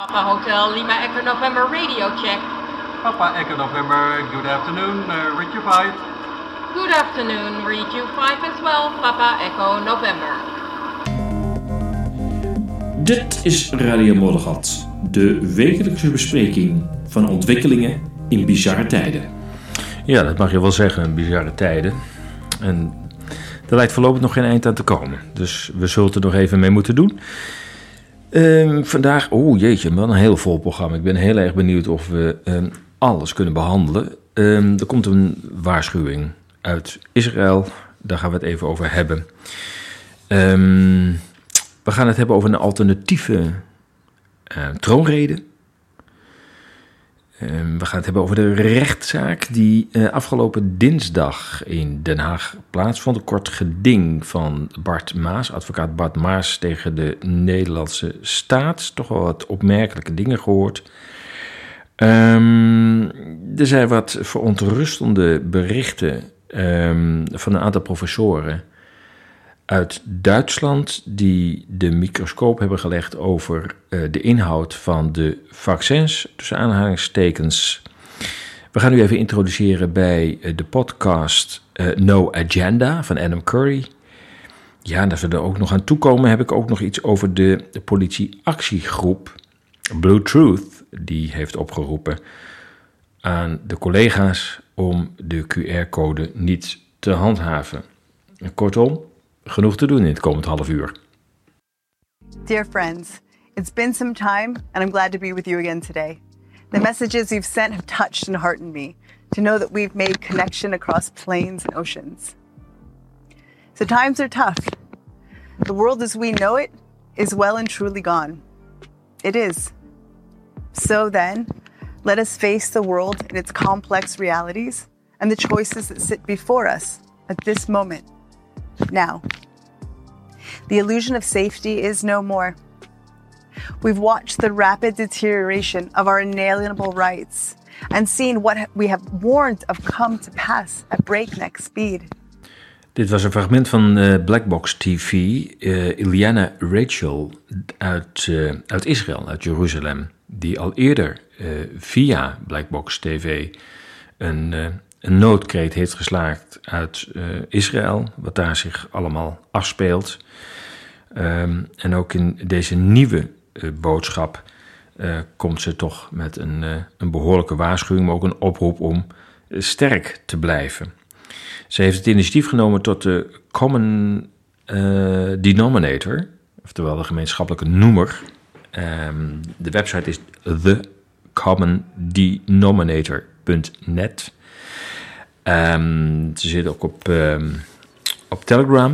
Papa Hotel Lima Echo November radio check. Papa Echo November, good afternoon, read you 5. Good afternoon, read you 5 as well, Papa Echo November. Dit is Radio Moddergat, de wekelijkse bespreking van ontwikkelingen in bizarre tijden. Ja, dat mag je wel zeggen, bizarre tijden. En er lijkt voorlopig nog geen eind aan te komen. Dus we zullen er nog even mee moeten doen. Vandaag, jeetje, wat een heel vol programma. Ik ben heel erg benieuwd of we alles kunnen behandelen. Er komt een waarschuwing uit Israël. Daar gaan we het even over hebben. We gaan het hebben over een alternatieve troonrede. We gaan het hebben over de rechtszaak die afgelopen dinsdag in Den Haag plaatsvond. Een kort geding van Bart Maas, advocaat Bart Maas tegen de Nederlandse staat. Toch wel wat opmerkelijke dingen gehoord. Er zijn wat verontrustende berichten van een aantal professoren uit Duitsland die de microscoop hebben gelegd over de inhoud van de vaccins, tussen aanhalingstekens. We gaan u even introduceren bij de podcast No Agenda van Adam Curry. Ja, en dat we er ook nog aan toekomen, heb ik ook nog iets over de politieactiegroep Blue Truth. Die heeft opgeroepen aan de collega's om de QR-code niet te handhaven. Kortom, genoeg te doen in het komend half uur. Dear friends, it's been some time and I'm glad to be with you again today. The messages you've sent have touched and heartened me to know that we've made connection across plains and oceans. So times are tough. The world as we know it is well and truly gone. It is. So then, let us face the world in its complex realities and the choices that sit before us at this moment. Now, the illusion of safety is no more. We've watched the rapid deterioration of our inalienable rights and seen what we have warned of come to pass at breakneck speed. Dit was een fragment van Blackbox TV, Iliana Rachel uit Israël, uit Jeruzalem, die al eerder via Blackbox TV een noodkreet heeft geslaagd uit Israël, wat daar zich allemaal afspeelt. En ook in deze nieuwe boodschap komt ze toch met een behoorlijke waarschuwing, maar ook een oproep om sterk te blijven. Ze heeft het initiatief genomen tot de Common Denominator, oftewel de gemeenschappelijke noemer. De website is thecommondenominator.net. Ze zit ook op Telegram.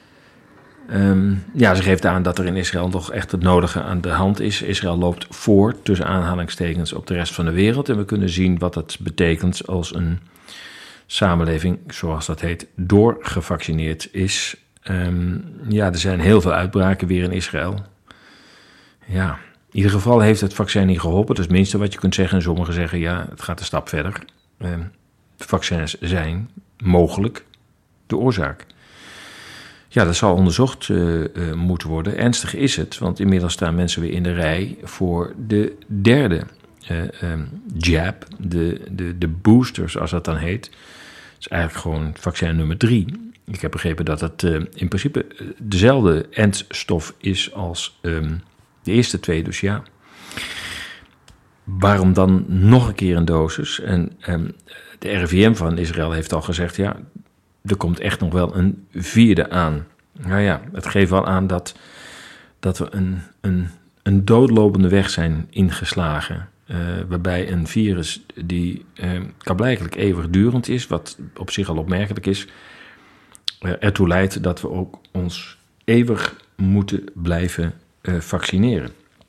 Ze geeft aan dat er in Israël toch echt het nodige aan de hand is. Israël loopt voor, tussen aanhalingstekens, op de rest van de wereld. En we kunnen zien wat dat betekent als een samenleving, zoals dat heet, doorgevaccineerd is. Er zijn heel veel uitbraken weer in Israël. Ja, in ieder geval heeft het vaccin niet geholpen. Dat is het minste wat je kunt zeggen. En sommigen zeggen, ja, het gaat een stap verder. Vaccins zijn mogelijk de oorzaak. Ja, dat zal onderzocht moeten worden. Ernstig is het, want inmiddels staan mensen weer in de rij voor de derde jab, de booster, zoals dat dan heet. Het is eigenlijk gewoon vaccin nummer 3. Ik heb begrepen dat het in principe dezelfde endstof is als de eerste 2, dus ja. Waarom dan nog een keer een dosis? En de RIVM van Israël heeft al gezegd, ja, er komt echt nog wel een 4e aan. Nou ja, het geeft wel aan dat we een doodlopende weg zijn ingeslagen. Waarbij een virus die klaarblijkelijk eeuwigdurend is, wat op zich al opmerkelijk is, ertoe leidt dat we ook ons eeuwig moeten blijven vaccineren.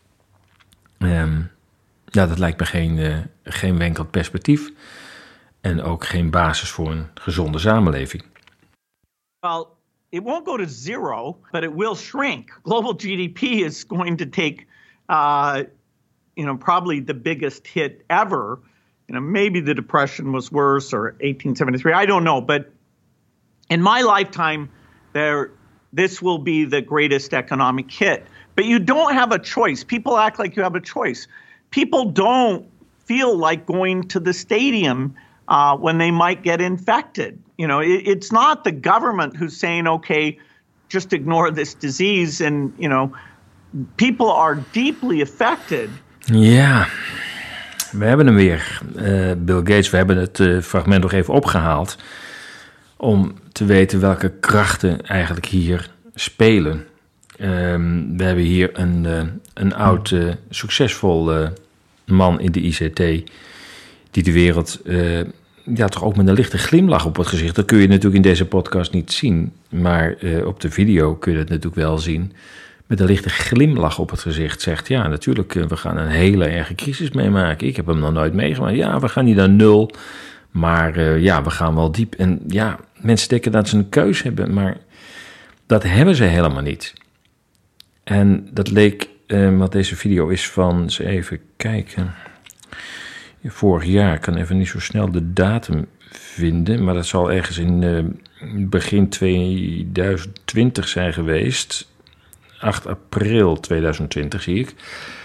Dat lijkt me geen wenkend perspectief en ook geen basis voor een gezonde samenleving. Well, it won't go to zero, but it will shrink. Global GDP is going to take, probably the biggest hit ever. Maybe the Depression was worse or 1873. I don't know, but in my lifetime, this will be the greatest economic hit. But you don't have a choice. People act like you have a choice. People don't feel like going to the stadium when they might get infected. It's not the government who's saying, okay, just ignore this disease. And, people are deeply affected. Ja, we hebben hem weer. Bill Gates, we hebben het fragment nog even opgehaald om te weten welke krachten eigenlijk hier spelen. We hebben hier een oud, succesvol man in de ICT die de wereld toch ook met een lichte glimlach op het gezicht. Dat kun je natuurlijk in deze podcast niet zien, maar op de video kun je het natuurlijk wel zien. Met een lichte glimlach op het gezicht zegt, ja, natuurlijk, we gaan een hele erge crisis meemaken. Ik heb hem nog nooit meegemaakt. Ja, we gaan niet naar 0, maar we gaan wel diep. En ja, mensen denken dat ze een keus hebben, maar dat hebben ze helemaal niet. En dat leek, wat deze video is van, eens even kijken, vorig jaar, ik kan even niet zo snel de datum vinden, maar dat zal ergens in begin 2020 zijn geweest. 8 april 2020 zie ik.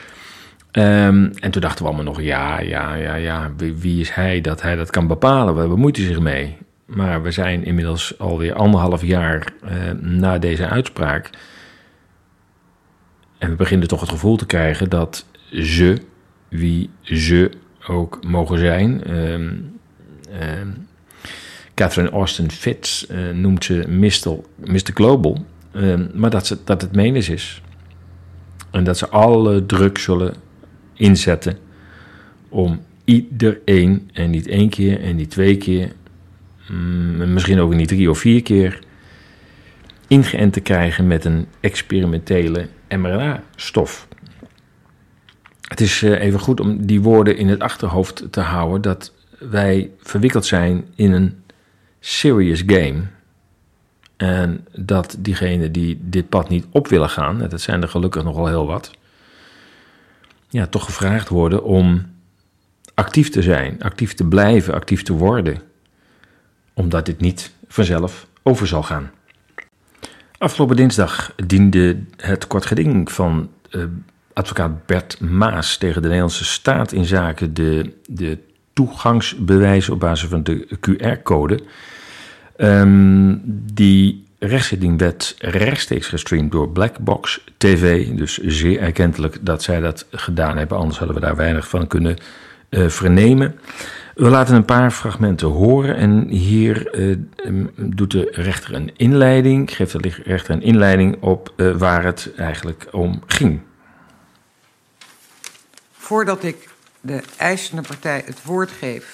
En toen dachten we allemaal nog, ja, wie is hij dat kan bepalen? Waar bemoeit hij zich mee? Maar we zijn inmiddels alweer 1,5 jaar na deze uitspraak. En we beginnen toch het gevoel te krijgen dat ze, wie ze ook mogen zijn. Catherine Austin Fitts noemt ze Mr. Global. Maar dat het menens is. En dat ze alle druk zullen inzetten om iedereen, en niet 1 keer en niet 2 keer, misschien ook niet 3 of 4 keer, ingeënt te krijgen met een experimentele mRNA-stof. Het is even goed om die woorden in het achterhoofd te houden, dat wij verwikkeld zijn in een serious game. En dat diegenen die dit pad niet op willen gaan, en dat zijn er gelukkig nogal heel wat, ja, toch gevraagd worden om actief te zijn, actief te blijven, actief te worden. Omdat dit niet vanzelf over zal gaan. Afgelopen dinsdag diende het kort geding van advocaat Bert Maas tegen de Nederlandse staat in zaken de toegangsbewijzen op basis van de QR-code. Die rechtszitting werd rechtstreeks gestreamd door Blackbox TV. Dus zeer erkentelijk dat zij dat gedaan hebben. Anders hadden we daar weinig van kunnen vernemen. We laten een paar fragmenten horen. En hier doet de rechter een inleiding. Geeft de rechter een inleiding op waar het eigenlijk om ging. Voordat ik de eisende partij het woord geef,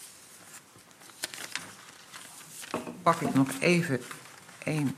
pak ik nog even één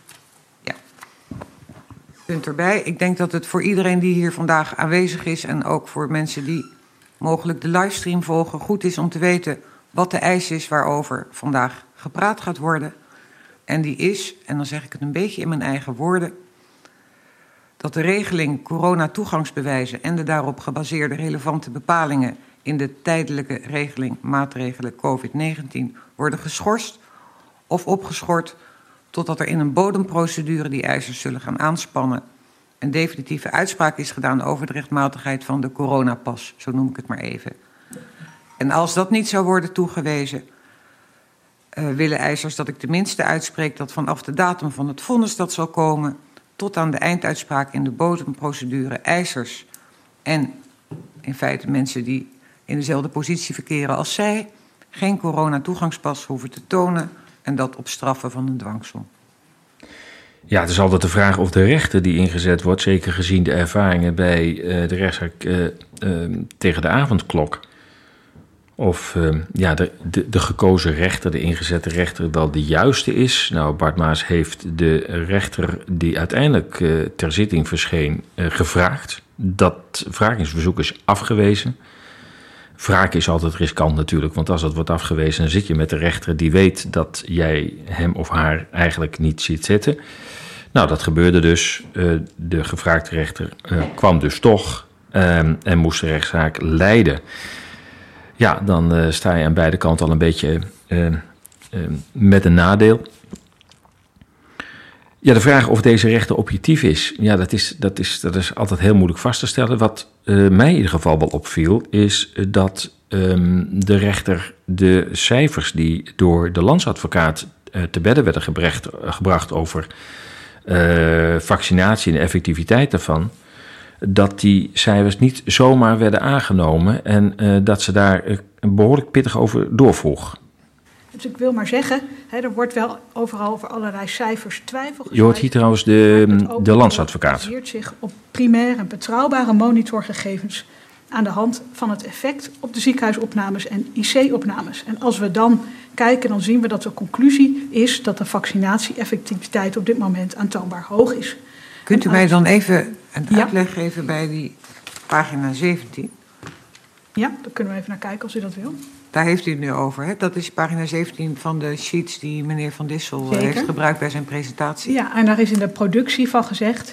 punt erbij. Ik denk dat het voor iedereen die hier vandaag aanwezig is en ook voor mensen die mogelijk de livestream volgen, goed is om te weten wat de eis is waarover vandaag gepraat gaat worden. En die is, en dan zeg ik het een beetje in mijn eigen woorden, dat de regeling corona-toegangsbewijzen en de daarop gebaseerde relevante bepalingen in de tijdelijke regeling maatregelen COVID-19 worden geschorst of opgeschort totdat er in een bodemprocedure die eisers zullen gaan aanspannen een definitieve uitspraak is gedaan over de rechtmatigheid van de coronapas, zo noem ik het maar even. En als dat niet zou worden toegewezen, willen eisers dat ik tenminste uitspreek dat vanaf de datum van het vonnis dat zal komen tot aan de einduitspraak in de bodemprocedure eisers en in feite mensen die in dezelfde positie verkeren als zij geen corona-toegangspas hoeven te tonen en dat op straffen van een dwangsom. Ja, het is altijd de vraag of de rechter die ingezet wordt, zeker gezien de ervaringen bij de rechtszaak tegen de avondklok, of de gekozen rechter, de ingezette rechter, wel de juiste is. Nou, Bart Maas heeft de rechter die uiteindelijk ter zitting verscheen gevraagd. Dat wrakingsverzoek is afgewezen. Wraken is altijd riskant natuurlijk, want als dat wordt afgewezen, dan zit je met de rechter die weet dat jij hem of haar eigenlijk niet ziet zitten. Nou, dat gebeurde dus. De gevraagde rechter kwam dus toch en moest de rechtszaak leiden. Ja, dan sta je aan beide kanten al een beetje met een nadeel. Ja, de vraag of deze rechter objectief is, ja, dat is altijd heel moeilijk vast te stellen. Wat mij in ieder geval wel opviel, is dat de rechter de cijfers die door de landsadvocaat te bedde werden gebracht over vaccinatie en de effectiviteit daarvan, dat die cijfers niet zomaar werden aangenomen en dat ze daar behoorlijk pittig over doorvroeg. Dus ik wil maar zeggen, er wordt wel overal over allerlei cijfers twijfel gezaaid. Je hoort hier trouwens de landsadvocaat. Het baseert zich op primair en betrouwbare monitorgegevens aan de hand van het effect op de ziekenhuisopnames en IC-opnames. En als we dan kijken, dan zien we dat de conclusie is dat de vaccinatieeffectiviteit op dit moment aantoonbaar hoog is. Kunt u mij dan even een uitleg geven bij die pagina 17? Ja, daar kunnen we even naar kijken als u dat wil. Daar heeft u het nu over, hè? Dat is pagina 17 van de sheets die meneer Van Dissel Zeker. heeft gebruikt bij zijn presentatie. Ja, en daar is in de productie van gezegd,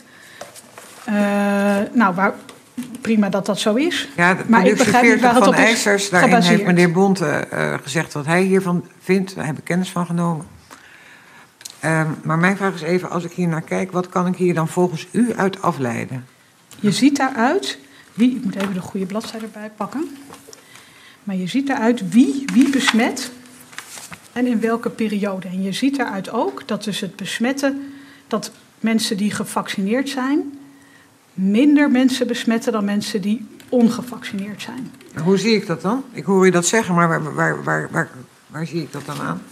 prima dat dat zo is. Ja, de maar ik begrijp niet waar het van op is IJsers, daarin gebaseerd. heeft meneer Bonte gezegd wat hij hiervan vindt. Daar heb ik kennis van genomen. Maar mijn vraag is even, als ik hier naar kijk, wat kan ik hier dan volgens u uit afleiden? Je ziet daaruit, ik moet even de goede bladzijde erbij pakken. Maar je ziet daaruit wie besmet en in welke periode. En je ziet daaruit ook dat dus het besmetten, dat mensen die gevaccineerd zijn, minder mensen besmetten dan mensen die ongevaccineerd zijn. Hoe zie ik dat dan? Ik hoor u dat zeggen, maar waar zie ik dat dan aan?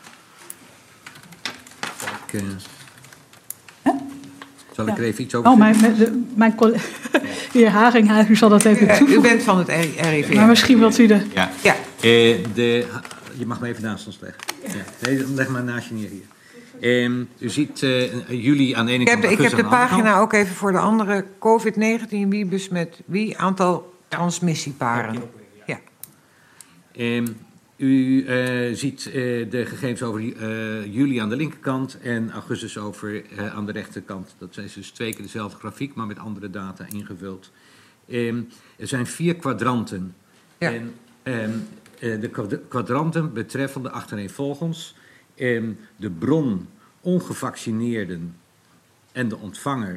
Zal ik er even iets over zeggen? Mijn collega, de heer Haringhuis, zal dat even toevoegen. U bent van het RIV. Maar misschien wilt u de... Ja. Ja. Je mag me even naast ons leggen. Ja. Nee, leg maar naast je neer hier. U ziet jullie aan de ene kant... Ik heb de pagina ook even voor de andere. COVID-19, wie besmet wie? Aantal transmissieparen. Ja. U ziet de gegevens over juli aan de linkerkant en augustus over aan de rechterkant. Dat zijn dus 2 keer dezelfde grafiek, maar met andere data ingevuld. Er zijn 4 kwadranten. Ja. En de kwadranten betreffen de achtereenvolgens de bron ongevaccineerden en de ontvanger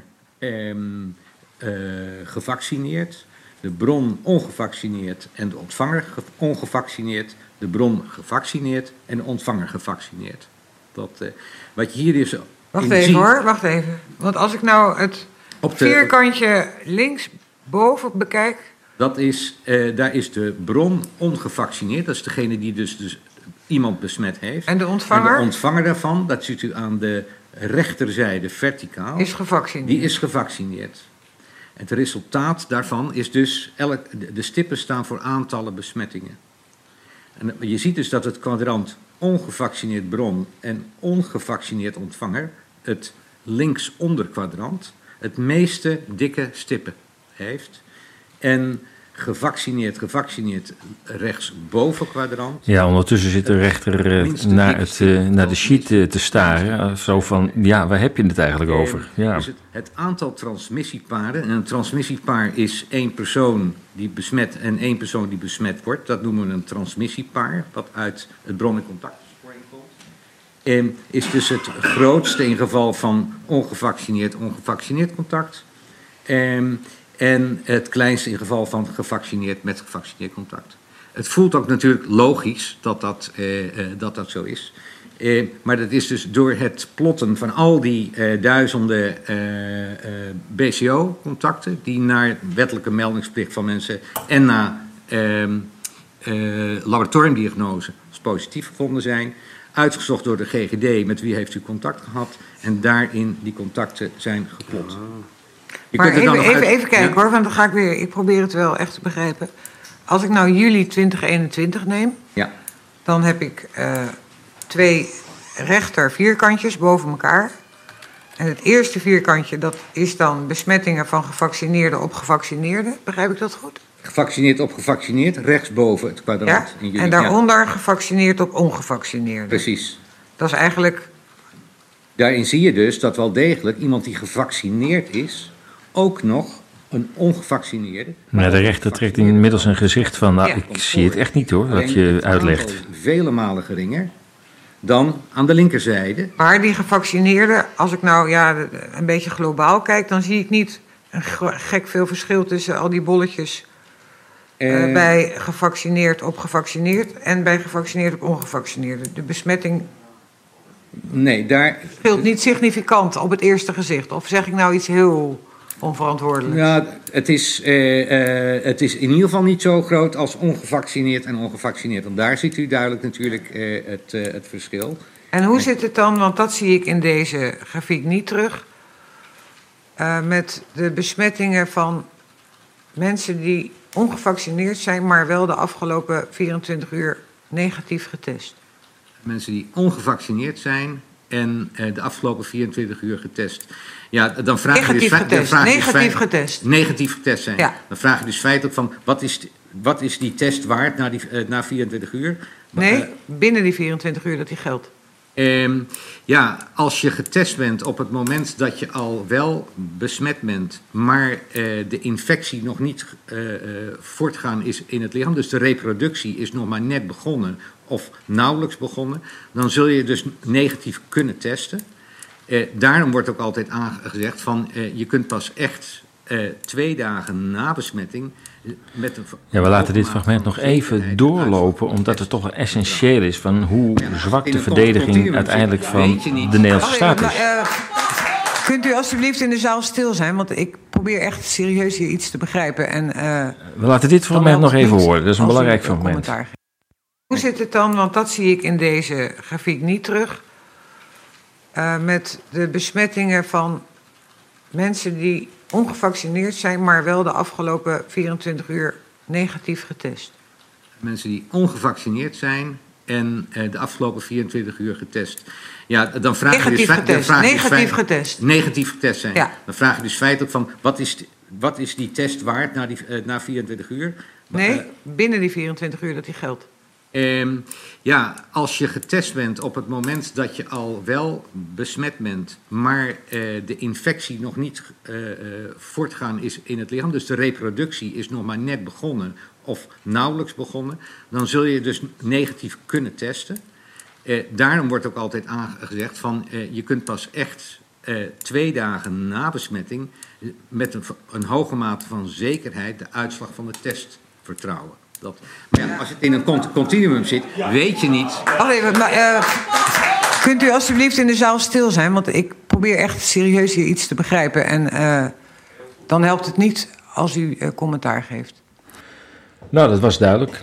gevaccineerd. De bron ongevaccineerd en de ontvanger ongevaccineerd. De bron gevaccineerd en de ontvanger gevaccineerd. Wat je hier is... Wacht even. Want als ik nou het vierkantje linksboven bekijk... Daar is de bron ongevaccineerd. Dat is degene die dus iemand besmet heeft. En de ontvanger? En de ontvanger daarvan, dat ziet u aan de rechterzijde verticaal. Is gevaccineerd. Die is gevaccineerd. Het resultaat daarvan is dus... De stippen staan voor aantallen besmettingen. En je ziet dus dat het kwadrant ongevaccineerd bron en ongevaccineerd ontvanger... het linksonder kwadrant het meeste dikke stippen heeft... En gevaccineerd rechtsboven kwadrant. Ja, ondertussen zit de rechter naar de sheet te staren. Zo van, ja, waar heb je het eigenlijk over? Ja. Dus het aantal transmissieparen. En een transmissiepaar is 1 persoon die besmet en 1 persoon die besmet wordt. Dat noemen we een transmissiepaar, wat uit het bron- en contactsporing komt. Is dus het grootste in geval van ongevaccineerd contact. En het kleinste in geval van gevaccineerd met gevaccineerd contact. Het voelt ook natuurlijk logisch dat dat zo is. Maar dat is dus door het plotten van al die duizenden BCO-contacten... die naar wettelijke meldingsplicht van mensen en na laboratoriumdiagnose als positief gevonden zijn... uitgezocht door de GGD met wie heeft u contact gehad... en daarin die contacten zijn geplot. Maar even kijken hoor, want dan ga ik weer... Ik probeer het wel echt te begrijpen. Als ik nou juli 2021 neem... Ja. Dan heb ik 2 rechter vierkantjes boven elkaar. En het eerste vierkantje, dat is dan besmettingen van gevaccineerden op gevaccineerden. Begrijp ik dat goed? Gevaccineerd op gevaccineerd, rechtsboven het kwadrant. Ja, in juli. En daaronder gevaccineerd op ongevaccineerden. Precies. Dat is eigenlijk... Daarin zie je dus dat wel degelijk iemand die gevaccineerd is... ook nog een ongevaccineerde... Maar de rechter trekt inmiddels een gezicht van... Nou, ik zie het echt niet hoor, wat je uitlegt. Vele malen geringer. dan aan de linkerzijde. Maar die gevaccineerden, als ik nou een beetje globaal kijk, dan zie ik niet een gek veel verschil tussen al die bolletjes bij gevaccineerd op gevaccineerd en bij gevaccineerd op ongevaccineerde. De besmetting scheelt niet significant op het eerste gezicht. Of zeg ik nou iets heel onverantwoordelijks? Ja, het is in ieder geval niet zo groot als ongevaccineerd en ongevaccineerd. Want daar ziet u duidelijk natuurlijk het verschil. En hoe zit het dan, want dat zie ik in deze grafiek niet terug, met de besmettingen van mensen die ongevaccineerd zijn, maar wel de afgelopen 24 uur negatief getest? Mensen die ongevaccineerd zijn en de afgelopen 24 uur getest. Ja, dan vraag negatief je getest. Negatief getest. Negatief getest zijn. Ja. Dan vraag je dus feitelijk van, wat is die test waard na 24 uur? Nee, binnen die 24 uur dat die geldt. Als je getest bent op het moment dat je al wel besmet bent, maar de infectie nog niet voortgaan is in het lichaam, dus de reproductie is nog maar net begonnen of nauwelijks begonnen, dan zul je dus negatief kunnen testen. Daarom wordt ook altijd gezegd van je kunt pas echt 2 dagen na besmetting met een... Ja, we laten dit fragment nog even doorlopen, omdat het toch wel essentieel is van hoe zwak de verdediging uiteindelijk van de Nederlandse staat is. Kunt u alstublieft in de zaal stil zijn, want ik probeer echt serieus hier iets te begrijpen. En, we laten dit fragment nog even horen, dat is een belangrijk fragment. Hoe zit het dan, want dat zie ik in deze grafiek niet terug, met de besmettingen van mensen die ongevaccineerd zijn, maar wel de afgelopen 24 uur negatief getest? Mensen die ongevaccineerd zijn en de afgelopen 24 uur getest. Ja, dan vraag je dus negatief getest. Negatief getest zijn. Ja. Dan vraag je dus feitelijk van, wat is die test waard na 24 uur? Nee, binnen die 24 uur dat die geldt. Als je getest bent op het moment dat je al wel besmet bent, maar de infectie nog niet voortgaan is in het lichaam, dus de reproductie is nog maar net begonnen of nauwelijks begonnen, dan zul je dus negatief kunnen testen. Daarom wordt ook altijd gezegd van je kunt pas echt 2 dagen na besmetting met een hoge mate van zekerheid de uitslag van de test vertrouwen. Maar als het in een continuum zit, weet je niet... Kunt u alstublieft in de zaal stil zijn, want ik probeer echt serieus hier iets te begrijpen. En dan helpt het niet als u commentaar geeft. Nou, dat was duidelijk.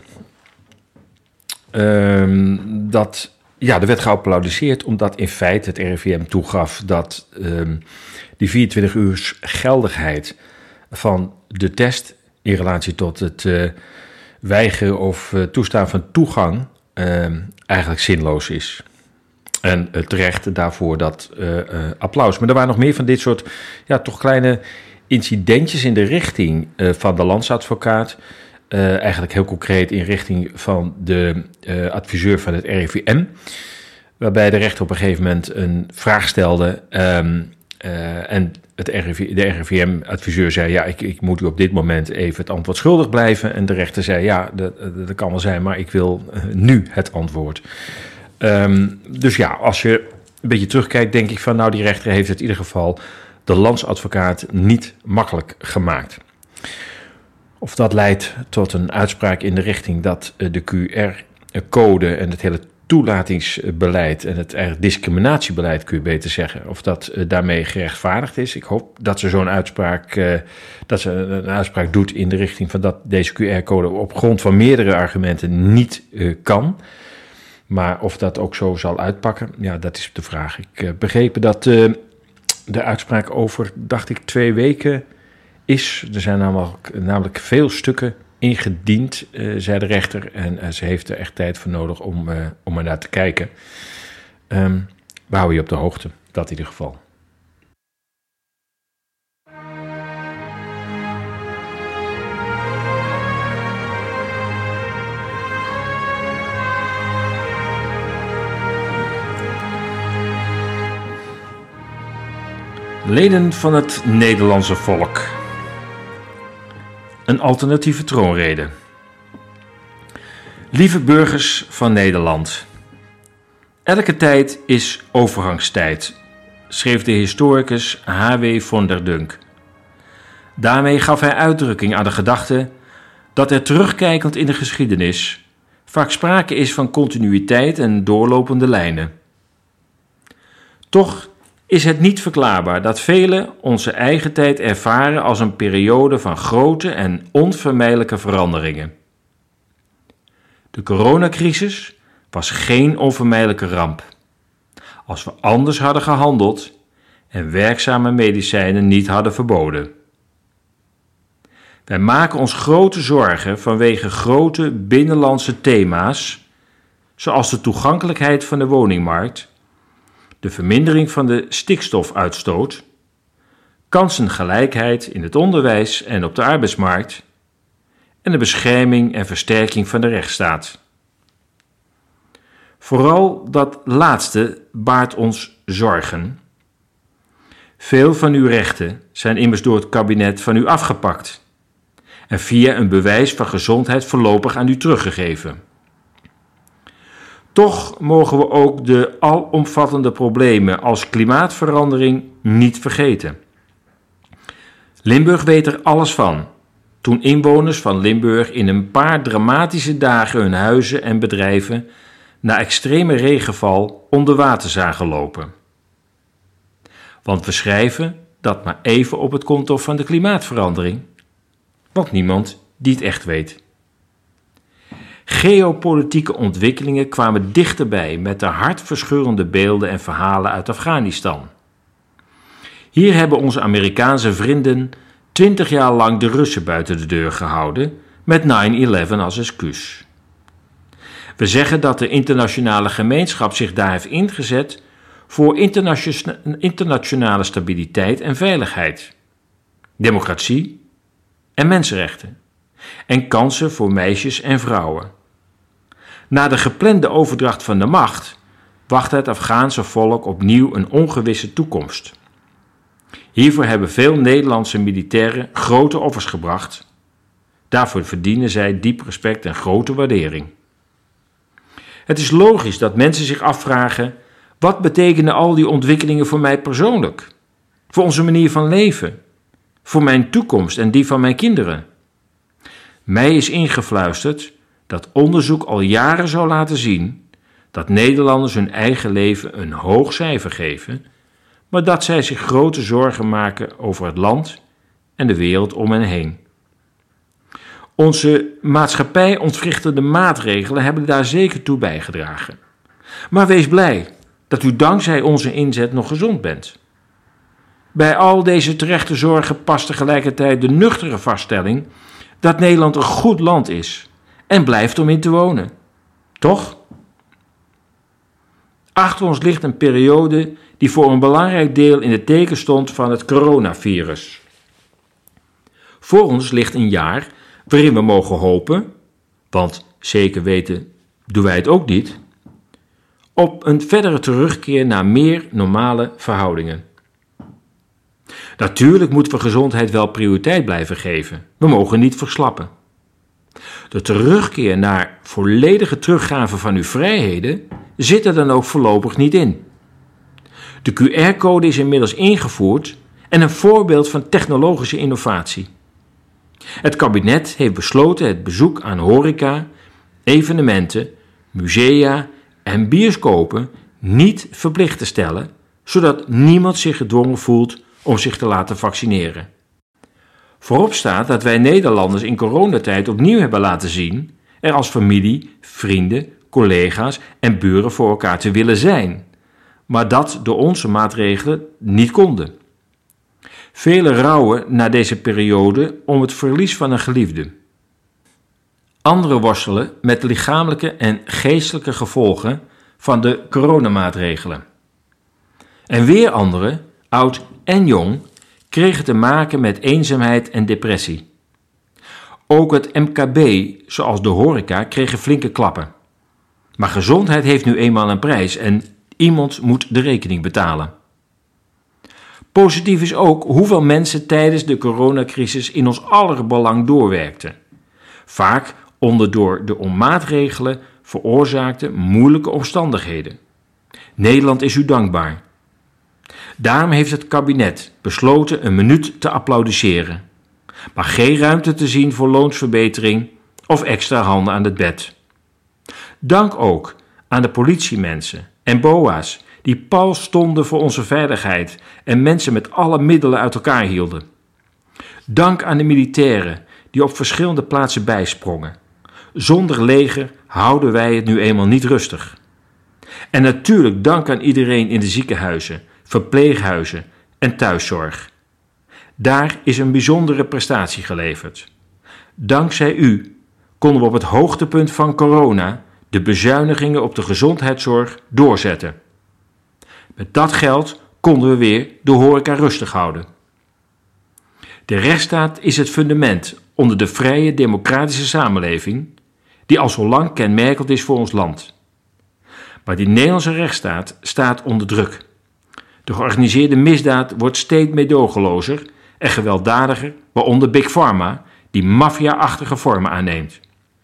Er werd geapplaudiseerd omdat in feite het RIVM toegaf dat die 24 uur geldigheid van de test in relatie tot het weigeren of toestaan van toegang eigenlijk zinloos is. En terecht daarvoor dat applaus. Maar er waren nog meer van dit soort toch kleine incidentjes in de richting van de landsadvocaat. Eigenlijk heel concreet in richting van de adviseur van het RIVM. Waarbij de rechter op een gegeven moment een vraag stelde. En de RIVM-adviseur zei, ik moet u op dit moment even het antwoord schuldig blijven. En de rechter zei, dat kan wel zijn, maar ik wil nu het antwoord. Dus als je een beetje terugkijkt, denk ik van, die rechter heeft het in ieder geval de landsadvocaat niet makkelijk gemaakt. Of dat leidt tot een uitspraak in de richting dat de QR-code en het hele toelatingsbeleid en het discriminatiebeleid, kun je beter zeggen, of dat daarmee gerechtvaardigd is. Ik hoop dat ze een uitspraak doet in de richting van dat deze QR-code op grond van meerdere argumenten niet kan. Maar of dat ook zo zal uitpakken, dat is de vraag. Ik begreep dat de uitspraak over, 2 weken is. Er zijn namelijk veel stukken ingediend, zei de rechter. En ze heeft er echt tijd voor nodig om er naar te kijken. We houden je op de hoogte, dat in ieder geval. Leden van het Nederlandse volk. Een alternatieve troonrede. Lieve burgers van Nederland. Elke tijd is overgangstijd, schreef de historicus H.W. von der Dunk. Daarmee gaf hij uitdrukking aan de gedachte dat er terugkijkend in de geschiedenis vaak sprake is van continuïteit en doorlopende lijnen. Toch is het niet verklaarbaar dat velen onze eigen tijd ervaren als een periode van grote en onvermijdelijke veranderingen. De coronacrisis was geen onvermijdelijke ramp. Als we anders hadden gehandeld en werkzame medicijnen niet hadden verboden. Wij maken ons grote zorgen vanwege grote binnenlandse thema's, zoals de toegankelijkheid van de woningmarkt, de vermindering van de stikstofuitstoot, kansengelijkheid in het onderwijs en op de arbeidsmarkt en de bescherming en versterking van de rechtsstaat. Vooral dat laatste baart ons zorgen. Veel van uw rechten zijn immers door het kabinet van u afgepakt en via een bewijs van gezondheid voorlopig aan u teruggegeven. Toch mogen we ook de alomvattende problemen als klimaatverandering niet vergeten. Limburg weet er alles van, toen inwoners van Limburg in een paar dramatische dagen hun huizen en bedrijven na extreme regenval onder water zagen lopen. Want we schrijven dat maar even op het konto van de klimaatverandering, want niemand die het echt weet. Geopolitieke ontwikkelingen kwamen dichterbij met de hartverscheurende beelden en verhalen uit Afghanistan. Hier hebben onze Amerikaanse vrienden 20 jaar lang de Russen buiten de deur gehouden, met 9/11 als excuus. We zeggen dat de internationale gemeenschap zich daar heeft ingezet voor internationale stabiliteit en veiligheid, democratie en mensenrechten en kansen voor meisjes en vrouwen. Na de geplande overdracht van de macht wacht het Afghaanse volk opnieuw een ongewisse toekomst. Hiervoor hebben veel Nederlandse militairen grote offers gebracht. Daarvoor verdienen zij diep respect en grote waardering. Het is logisch dat mensen zich afvragen: wat betekenen al die ontwikkelingen voor mij persoonlijk? Voor onze manier van leven? Voor mijn toekomst en die van mijn kinderen? Mij is ingefluisterd dat onderzoek al jaren zou laten zien dat Nederlanders hun eigen leven een hoog cijfer geven, maar dat zij zich grote zorgen maken over het land en de wereld om hen heen. Onze maatschappij ontwrichtende maatregelen hebben daar zeker toe bijgedragen. Maar wees blij dat u dankzij onze inzet nog gezond bent. Bij al deze terechte zorgen past tegelijkertijd de nuchtere vaststelling dat Nederland een goed land is en blijft om in te wonen. Toch? Achter ons ligt een periode die voor een belangrijk deel in het teken stond van het coronavirus. Voor ons ligt een jaar waarin we mogen hopen, want zeker weten doen wij het ook niet, op een verdere terugkeer naar meer normale verhoudingen. Natuurlijk moeten we gezondheid wel prioriteit blijven geven. We mogen niet verslappen. De terugkeer naar volledige teruggave van uw vrijheden zit er dan ook voorlopig niet in. De QR-code is inmiddels ingevoerd en een voorbeeld van technologische innovatie. Het kabinet heeft besloten het bezoek aan horeca, evenementen, musea en bioscopen niet verplicht te stellen, zodat niemand zich gedwongen voelt om zich te laten vaccineren. Voorop staat dat wij Nederlanders in coronatijd opnieuw hebben laten zien er als familie, vrienden, collega's en buren voor elkaar te willen zijn, maar dat door onze maatregelen niet konden. Velen rouwen na deze periode om het verlies van een geliefde. Anderen worstelen met lichamelijke en geestelijke gevolgen van de coronamaatregelen. En weer anderen, oud en jong, kregen te maken met eenzaamheid en depressie. Ook het MKB, zoals de horeca, kregen flinke klappen. Maar gezondheid heeft nu eenmaal een prijs en iemand moet de rekening betalen. Positief is ook hoeveel mensen tijdens de coronacrisis in ons aller belang doorwerkten. Vaak onder door de maatregelen veroorzaakte moeilijke omstandigheden. Nederland is u dankbaar. Daarom heeft het kabinet besloten een minuut te applaudisseren, maar geen ruimte te zien voor loonsverbetering of extra handen aan het bed. Dank ook aan de politiemensen en BOA's die pal stonden voor onze veiligheid en mensen met alle middelen uit elkaar hielden. Dank aan de militairen die op verschillende plaatsen bijsprongen. Zonder leger houden wij het nu eenmaal niet rustig. En natuurlijk dank aan iedereen in de ziekenhuizen, verpleeghuizen en thuiszorg. Daar is een bijzondere prestatie geleverd. Dankzij u konden we op het hoogtepunt van corona de bezuinigingen op de gezondheidszorg doorzetten. Met dat geld konden we weer de horeca rustig houden. De rechtsstaat is het fundament onder de vrije democratische samenleving die al zo lang kenmerkend is voor ons land. Maar die Nederlandse rechtsstaat staat onder druk. De georganiseerde misdaad wordt steeds meedogenlozer en gewelddadiger, waaronder Big Pharma, die maffia-achtige vormen aanneemt.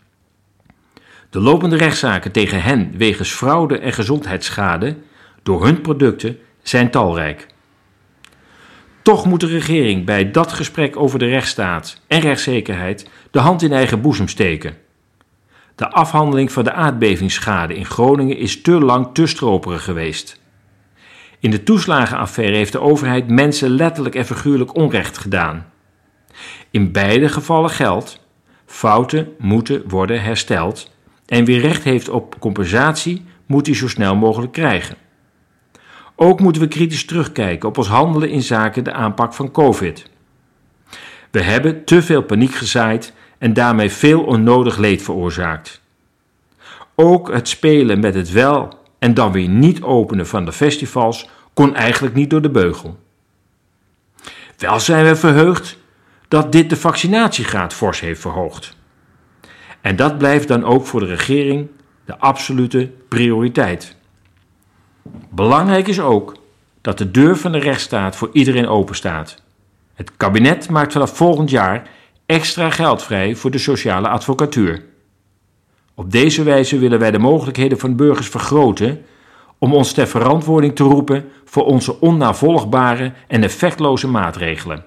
De lopende rechtszaken tegen hen wegens fraude en gezondheidsschade door hun producten zijn talrijk. Toch moet de regering bij dat gesprek over de rechtsstaat en rechtszekerheid de hand in eigen boezem steken. De afhandeling van de aardbevingsschade in Groningen is te lang te stroperig geweest. In de toeslagenaffaire heeft de overheid mensen letterlijk en figuurlijk onrecht gedaan. In beide gevallen geldt: fouten moeten worden hersteld en wie recht heeft op compensatie moet die zo snel mogelijk krijgen. Ook moeten we kritisch terugkijken op ons handelen in zaken de aanpak van COVID. We hebben te veel paniek gezaaid en daarmee veel onnodig leed veroorzaakt. Ook het spelen met het wel en dan weer niet openen van de festivals kon eigenlijk niet door de beugel. Wel zijn we verheugd dat dit de vaccinatiegraad fors heeft verhoogd. En dat blijft dan ook voor de regering de absolute prioriteit. Belangrijk is ook dat de deur van de rechtsstaat voor iedereen open staat. Het kabinet maakt vanaf volgend jaar extra geld vrij voor de sociale advocatuur. Op deze wijze willen wij de mogelijkheden van burgers vergroten om ons ter verantwoording te roepen voor onze onnavolgbare en effectloze maatregelen.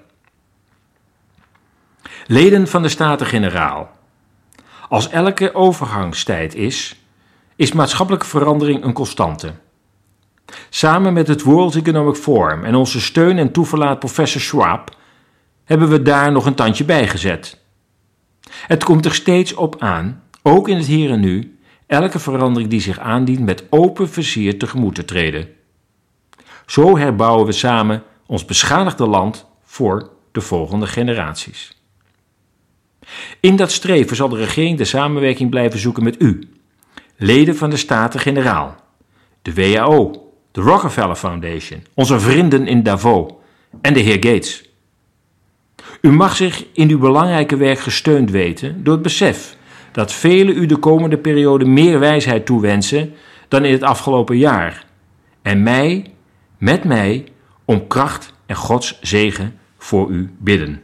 Leden van de Staten-Generaal. Als elke overgangstijd is maatschappelijke verandering een constante. Samen met het World Economic Forum en onze steun en toeverlaat professor Schwab hebben we daar nog een tandje bij gezet. Het komt er steeds op aan, ook in het hier en nu, elke verandering die zich aandient met open vizier tegemoet te treden. Zo herbouwen we samen ons beschadigde land voor de volgende generaties. In dat streven zal de regering de samenwerking blijven zoeken met u, leden van de Staten-Generaal, de WHO, de Rockefeller Foundation, onze vrienden in Davos en de heer Gates. U mag zich in uw belangrijke werk gesteund weten door het besef dat velen u de komende periode meer wijsheid toewensen dan in het afgelopen jaar. En met mij, om kracht en Gods zegen voor u bidden.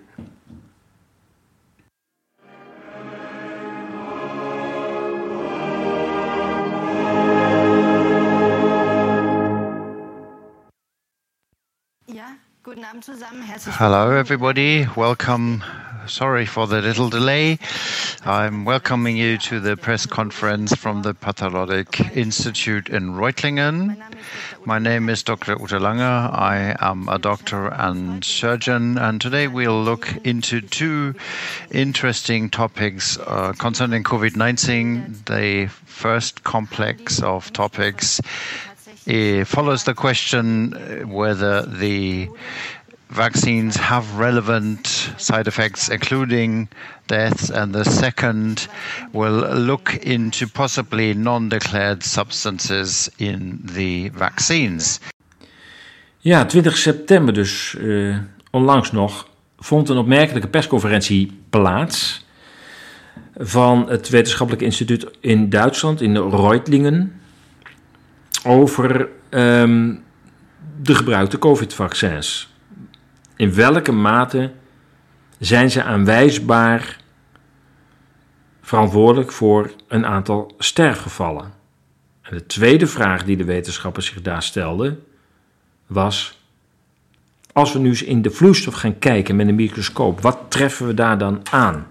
Hello everybody, welcome. Sorry for the little delay. I'm welcoming you to the press conference from the Pathologic Institute in Reutlingen. My name is Dr. Ute Lange. I am a doctor and surgeon, and today we'll look into two interesting topics concerning COVID-19. The first complex of topics follows the question whether the vaccines have relevant side effects, including deaths, and the second will look into possibly non-declared substances in the vaccines. Ja, 20 september dus, onlangs nog, vond een opmerkelijke persconferentie plaats van het wetenschappelijk instituut in Duitsland, in Reutlingen, over de gebruikte COVID-vaccins. In welke mate zijn ze aanwijsbaar verantwoordelijk voor een aantal sterfgevallen? En de tweede vraag die de wetenschappers zich daar stelden was: als we nu eens in de vloeistof gaan kijken met een microscoop, wat treffen we daar dan aan?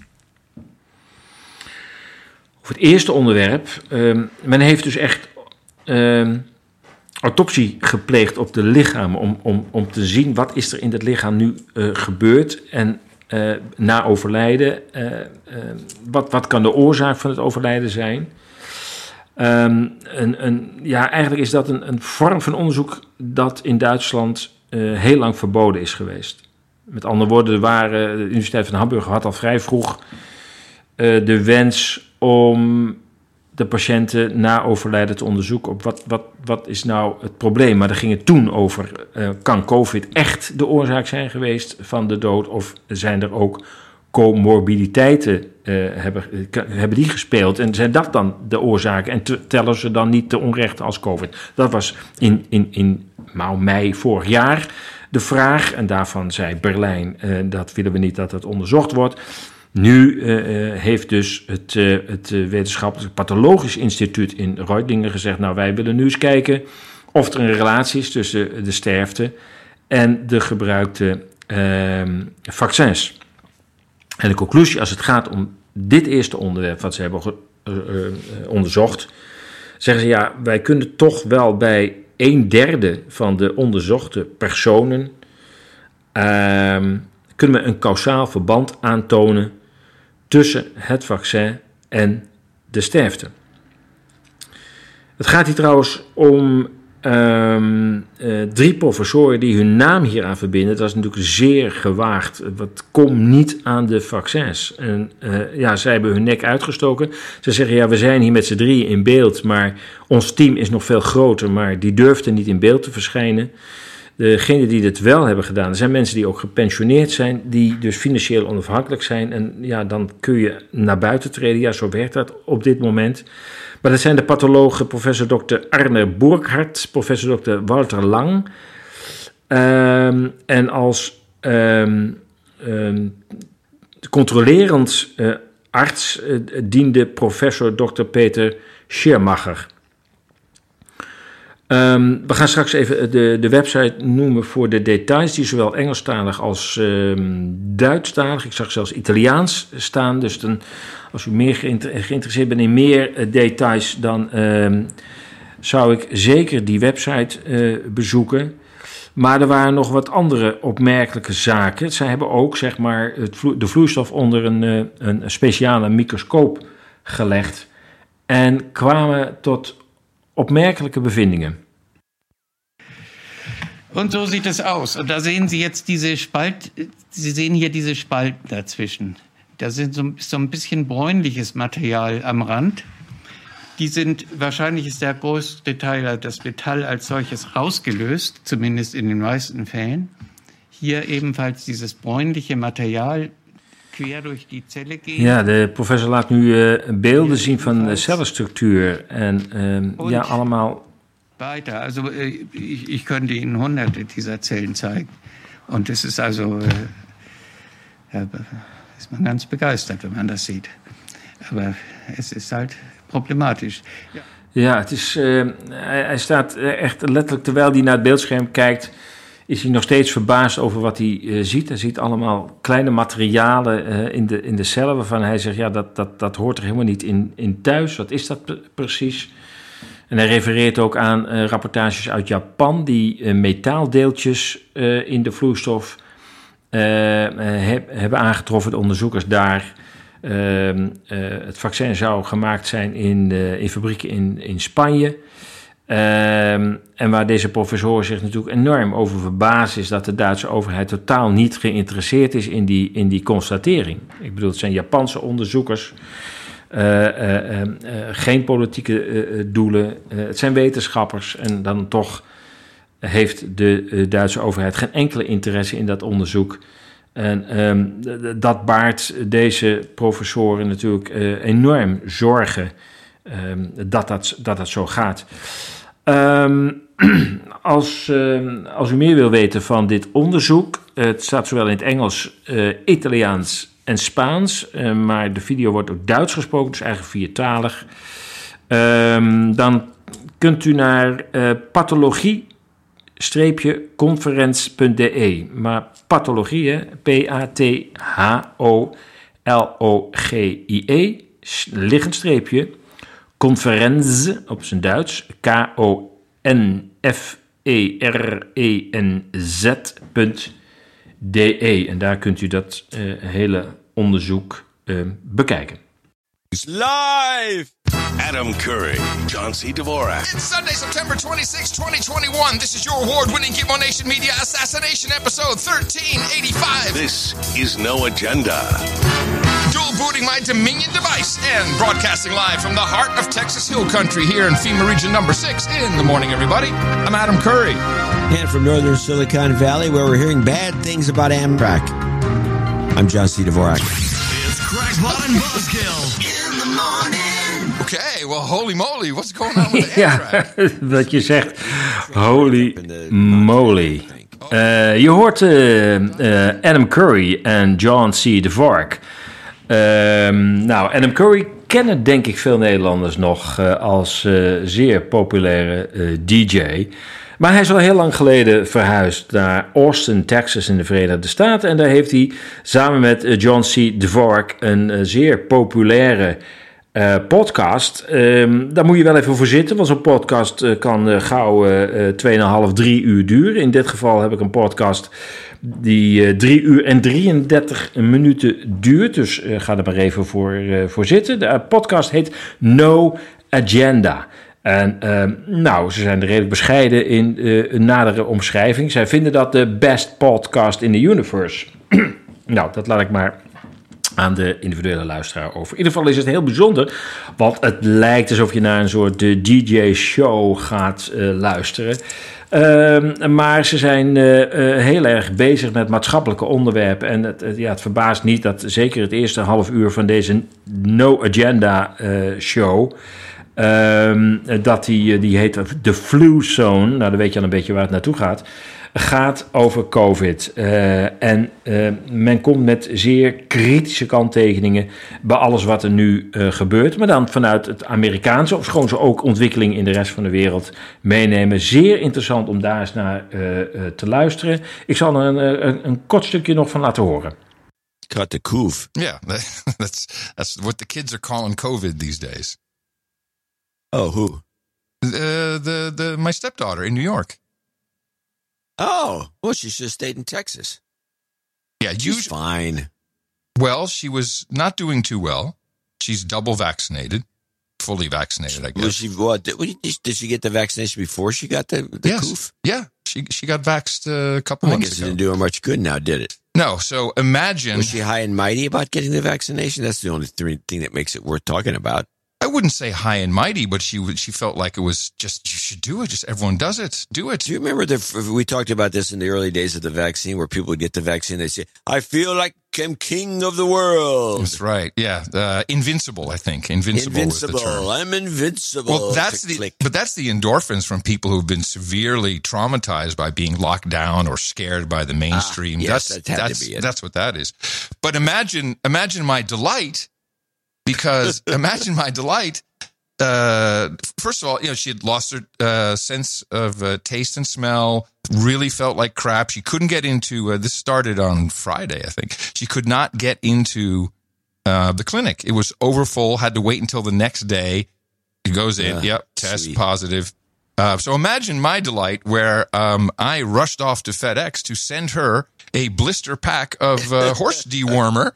Voor het eerste onderwerp, men heeft dus echt autopsie gepleegd op de lichamen om te zien wat is er in het lichaam nu gebeurd en na overlijden, wat kan de oorzaak van het overlijden zijn? Eigenlijk is dat een vorm van onderzoek dat in Duitsland heel lang verboden is geweest. Met andere woorden, de Universiteit van Hamburg had al vrij vroeg de wens om de patiënten na overlijden te onderzoeken op wat is nou het probleem. Maar daar ging het toen over, kan COVID echt de oorzaak zijn geweest van de dood of zijn er ook comorbiditeiten hebben die gespeeld en zijn dat dan de oorzaken en tellen ze dan niet te onrecht als COVID? Dat was in mei vorig jaar de vraag en daarvan zei Berlijn dat willen we niet dat het onderzocht wordt. Nu heeft dus het wetenschappelijk pathologisch instituut in Reutlingen gezegd, nou wij willen nu eens kijken of er een relatie is tussen de sterfte en de gebruikte vaccins. En de conclusie als het gaat om dit eerste onderwerp wat ze hebben onderzocht, zeggen ze ja, wij kunnen toch wel bij 1/3 van de onderzochte personen kunnen we een kausaal verband aantonen tussen het vaccin en de sterfte. Het gaat hier trouwens om 3 professoren die hun naam hieraan verbinden. Dat is natuurlijk zeer gewaagd. Wat komt niet aan de vaccins. En zij hebben hun nek uitgestoken. Ze zeggen, ja, we zijn hier met z'n 3 in beeld, maar ons team is nog veel groter, maar die durfden niet in beeld te verschijnen. Degenen die dit wel hebben gedaan, er zijn mensen die ook gepensioneerd zijn, die dus financieel onafhankelijk zijn. En ja, dan kun je naar buiten treden. Ja, zo werkt dat op dit moment. Maar dat zijn de pathologen professor Dr. Arne Burkhardt, professor Dr. Walter Lang. En als controlerend arts diende professor Dr. Peter Schirmacher. We gaan straks even de website noemen voor de details, die zowel Engelstalig als Duitsstalig, ik zag zelfs Italiaans staan, dus dan, als u meer geïnteresseerd bent in meer details, dan zou ik zeker die website bezoeken. Maar er waren nog wat andere opmerkelijke zaken. Zij hebben ook zeg maar, de vloeistof onder een speciale microscoop gelegd en kwamen tot opmerkelijke bevindingen. Und so sieht es aus. Und da sehen Sie jetzt Sie sehen hier diese Spalten dazwischen. Da sind so ein bisschen bräunliches Material am Rand. Die sind, wahrscheinlich ist der größte Teil, das Metall als solches rausgelöst, zumindest in den meisten Fällen. Hier ebenfalls dieses bräunliche Material quer durch die Zelle gehen. Ja, de professor laat nu beelden zien van de cellenstructuur en allemaal. Weiter, also ich könnte Ihnen hunderte dieser Zellen zeigen. Und es ist also, ist man ganz begeistert, wenn man das sieht. Aber es ist halt problematisch. Ja, het is, hij staat echt letterlijk, terwijl hij naar het beeldscherm kijkt, is hij nog steeds verbaasd over wat hij ziet. Hij ziet allemaal kleine materialen in de cellen waarvan hij zegt, ja, dat hoort er helemaal niet in thuis. Wat is dat precies? En hij refereert ook aan rapportages uit Japan die metaaldeeltjes in de vloeistof hebben aangetroffen. De onderzoekers daar. Het vaccin zou gemaakt zijn in fabrieken in Spanje. En waar deze professor zich natuurlijk enorm over verbaast is dat de Duitse overheid totaal niet geïnteresseerd is in die constatering. Ik bedoel, het zijn Japanse onderzoekers. Geen politieke doelen. Het zijn wetenschappers en dan toch heeft de Duitse overheid geen enkele interesse in dat onderzoek. En dat baart deze professoren natuurlijk enorm zorgen dat dat zo gaat. Als u meer wil weten van dit onderzoek, het staat zowel in het Engels, Italiaans en Spaans, maar de video wordt ook Duits gesproken, dus eigenlijk viertalig. Dan kunt u naar pathologie-conference.de. Maar pathologie, hè? Pathologie, liggend streepje, conference op zijn Duits, konferenz.de. En daar kunt u dat hele onderzoek bekijken. Live! Adam Curry, John C. Dvorak. It's Sunday, September 26, 2021. This is your award-winning Gitmo Nation Media Assassination Episode 1385. This is No Agenda. Dual booting my Dominion device and broadcasting live from the heart of Texas Hill Country here in FEMA Region number 6. In the morning, everybody. I'm Adam Curry. And from northern Silicon Valley, where we're hearing bad things about Amtrak, I'm John C. Dvorak. It's Crackpot and Buzzkill in the morning. Okay, well, holy moly, what's going on with the Amtrak? Ja, dat je zegt, holy moly. Je hoort Adam Curry en John C. Dvorak. Nou, Adam Curry kennen denk ik veel Nederlanders nog als zeer populaire DJ. Maar hij is al heel lang geleden verhuisd naar Austin, Texas in de Verenigde Staten. En daar heeft hij samen met John C. Dvorak een zeer populaire podcast. Daar moet je wel even voor zitten, want zo'n podcast kan gauw 2,5, 3 uur duren. In dit geval heb ik een podcast die 3 uur en 33 minuten duurt. Dus ga er maar even voor zitten. De podcast heet No Agenda. En nou, ze zijn er redelijk bescheiden in een nadere omschrijving. Zij vinden dat de best podcast in the universe. Nou, dat laat ik maar aan de individuele luisteraar over. In ieder geval is het heel bijzonder, want het lijkt alsof je naar een soort DJ-show gaat luisteren. Maar ze zijn heel erg bezig met maatschappelijke onderwerpen. En het verbaast niet dat zeker het eerste half uur van deze No Agenda show, dat die heet The Flu Zone. Nou, dan weet je al een beetje waar het naartoe gaat over COVID. En men komt met zeer kritische kanttekeningen bij alles wat er nu gebeurt. Maar dan vanuit het Amerikaanse, of gewoon ze ook ontwikkeling in de rest van de wereld meenemen. Zeer interessant om daar eens naar te luisteren. Ik zal er een kort stukje nog van laten horen. Cut the coof. Yeah, that's what the kids are calling COVID these days. Oh, who? My stepdaughter in New York. Oh, well, she should have stayed in Texas. Yeah, she's fine. Well, she was not doing too well. She's double vaccinated, fully vaccinated, I guess. Was she what? Did she get the vaccination before she got the coof? Yeah, she got vaxxed a couple months ago. I guess it didn't do her much good now, did it? No, so imagine... Was she high and mighty about getting the vaccination? That's the only thing that makes it worth talking about. I wouldn't say high and mighty, but she felt like it was just, you should do it. Just everyone does it. Do it. Do you remember we talked about this in the early days of the vaccine, where people would get the vaccine, they say, I feel like I'm king of the world. That's right. Yeah. Invincible, I think. Invincible is the term. I'm invincible. Well, that's the endorphins from people who've been severely traumatized by being locked down or scared by the mainstream. Yes, that's what that is. But imagine my delight. Because imagine my delight. First of all, she had lost her sense of taste and smell. Really felt like crap. She couldn't get into. This started on Friday, I think. She could not get into the clinic. It was overfull. Had to wait until the next day. She goes in. Yep, test positive. So imagine my delight, where I rushed off to FedEx to send her a blister pack of horse dewormer.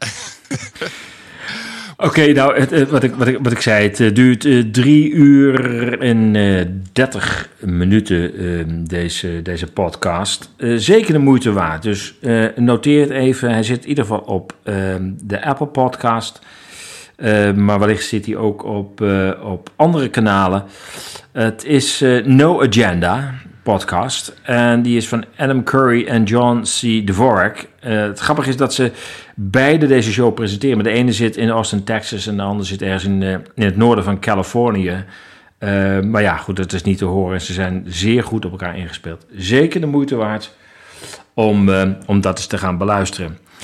Oké, nou, wat ik zei, het duurt 3 uur en 30 minuten, deze podcast. Zeker de moeite waard, dus noteer het even. Hij zit in ieder geval op de Apple Podcast, maar wellicht zit hij ook op andere kanalen. Het is No Agenda podcast en die is van Adam Curry en John C. Dvorak. Het grappige is dat ze beide deze show presenteren. Maar de ene zit in Austin, Texas en de andere zit ergens in het noorden van Californië. Maar ja, goed, dat is niet te horen. Ze zijn zeer goed op elkaar ingespeeld. Zeker de moeite waard om dat eens te gaan beluisteren.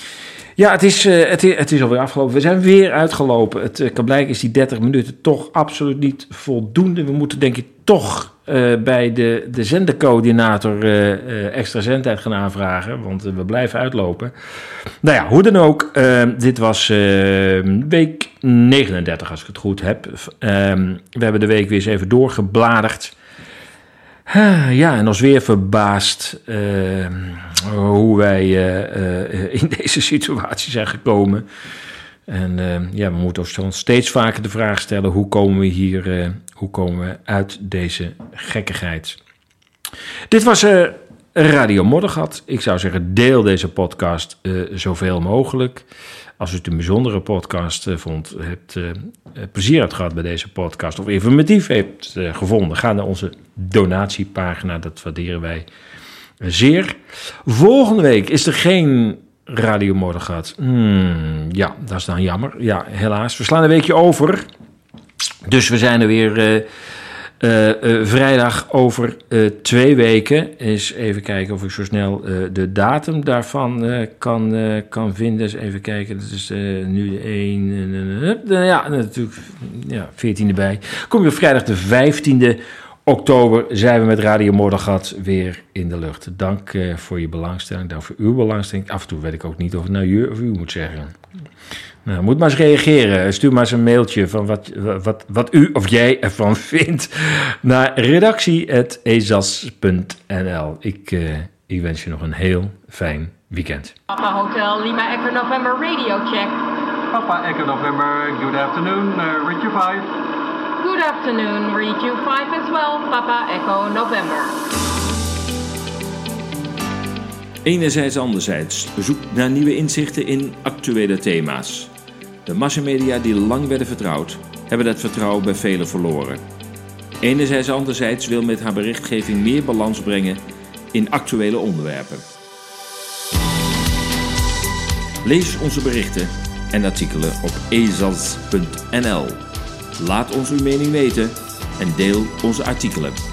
Ja, het is alweer afgelopen. We zijn weer uitgelopen. Het kan blijken is die 30 minuten toch absoluut niet voldoende. We moeten denk ik toch bij de zendercoördinator extra zendtijd gaan aanvragen. Want we blijven uitlopen. Nou ja, hoe dan ook. Dit was week 39 als ik het goed heb. We hebben de week weer eens even doorgebladerd. Ja, en ons weer verbaasd hoe wij in deze situatie zijn gekomen. En we moeten ons steeds vaker de vraag stellen: hoe komen we uit deze gekkigheid? Dit was Radio Moddergat. Ik zou zeggen, deel deze podcast zoveel mogelijk. Als u het een bijzondere podcast vond, hebt plezier uit gehad bij deze podcast of informatief hebt gevonden, ga naar onze donatiepagina. Dat waarderen wij zeer. Volgende week is er geen Radio Moddergat. Ja, dat is dan jammer. Ja, helaas. We slaan een weekje over. Dus we zijn er weer vrijdag over 2 weken. Eens even kijken of ik zo snel de datum daarvan kan vinden. Eens even kijken. Dat is nu de 1. Ja, natuurlijk. Ja, 14e bij. Kom je op vrijdag de 15e oktober zijn we met Radio Moddergat weer in de lucht. Dank voor je belangstelling. Dank voor uw belangstelling. Af en toe weet ik ook niet of het nou je of u moet zeggen. Nou, moet maar eens reageren. Stuur maar eens een mailtje van wat u of jij ervan vindt naar redactie@ezas.nl. Ik wens je nog een heel fijn weekend. Papa Hotel Lima Echo November Radio Check. Papa Echo November, good afternoon, read you 5. Good afternoon, read you 5 as well, Papa Echo November. Enerzijds anderzijds, zoek naar nieuwe inzichten in actuele thema's. De massamedia die lang werden vertrouwd, hebben dat vertrouwen bij velen verloren. Enerzijds anderzijds wil met haar berichtgeving meer balans brengen in actuele onderwerpen. Lees onze berichten en artikelen op ezas.nl. Laat ons uw mening weten en deel onze artikelen.